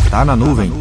Tá na nuvem.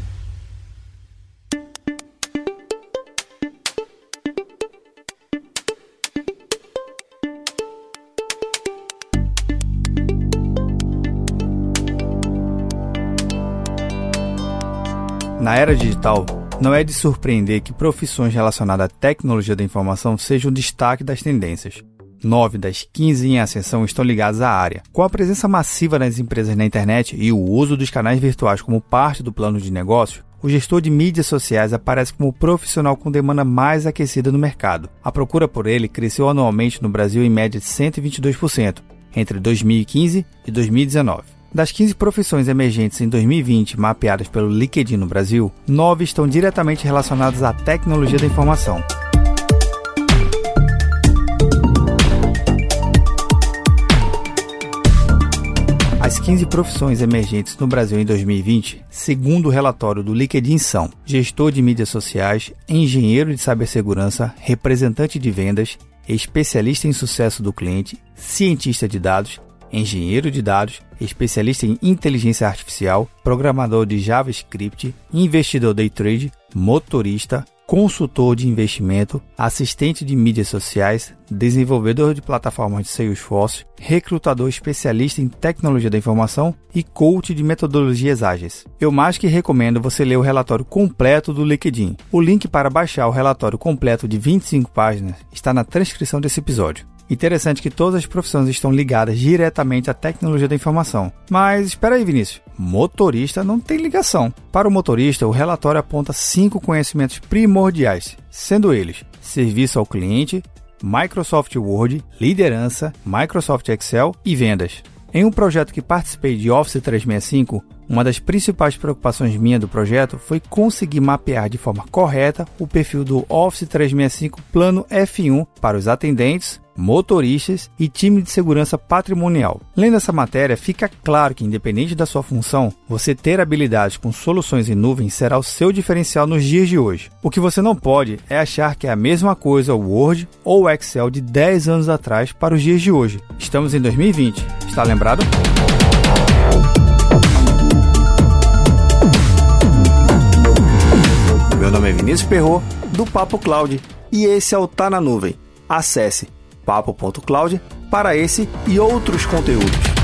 Na era digital, não é de surpreender que profissões relacionadas à tecnologia da informação sejam o destaque das tendências. 9 das 15 em ascensão estão ligadas à área. Com a presença massiva das empresas na internet e o uso dos canais virtuais como parte do plano de negócio, o gestor de mídias sociais aparece como o profissional com demanda mais aquecida no mercado. A procura por ele cresceu anualmente no Brasil em média de 122%, entre 2015 e 2019. Das 15 profissões emergentes em 2020 mapeadas pelo LinkedIn no Brasil, 9 estão diretamente relacionadas à tecnologia da informação. As 15 profissões emergentes no Brasil em 2020, segundo o relatório do LinkedIn, são gestor de mídias sociais, engenheiro de cibersegurança, representante de vendas, especialista em sucesso do cliente, cientista de dados, engenheiro de dados, especialista em inteligência artificial, programador de JavaScript, investidor day trade, motorista, consultor de investimento, assistente de mídias sociais, desenvolvedor de plataformas de Salesforce, recrutador especialista em tecnologia da informação e coach de metodologias ágeis. Eu mais que recomendo você ler o relatório completo do LinkedIn. O link para baixar o relatório completo de 25 páginas está na transcrição desse episódio. Interessante que todas as profissões estão ligadas diretamente à tecnologia da informação. Mas espera aí, Vinícius. Motorista não tem ligação. Para o motorista, o relatório aponta 5 conhecimentos primordiais, sendo eles serviço ao cliente, Microsoft Word, liderança, Microsoft Excel e vendas. Em um projeto que participei de Office 365, uma das principais preocupações minha do projeto foi conseguir mapear de forma correta o perfil do Office 365 Plano F1 para os atendentes, motoristas e time de segurança patrimonial. Lendo essa matéria, fica claro que, independente da sua função, você ter habilidades com soluções em nuvem será o seu diferencial nos dias de hoje. O que você não pode é achar que é a mesma coisa o Word ou o Excel de 10 anos atrás para os dias de hoje. Estamos em 2020. Está lembrado? Meu nome é Vinícius Perro, do Papo Cloud, e esse é o Tá na Nuvem. Acesse papo.cloud para esse e outros conteúdos.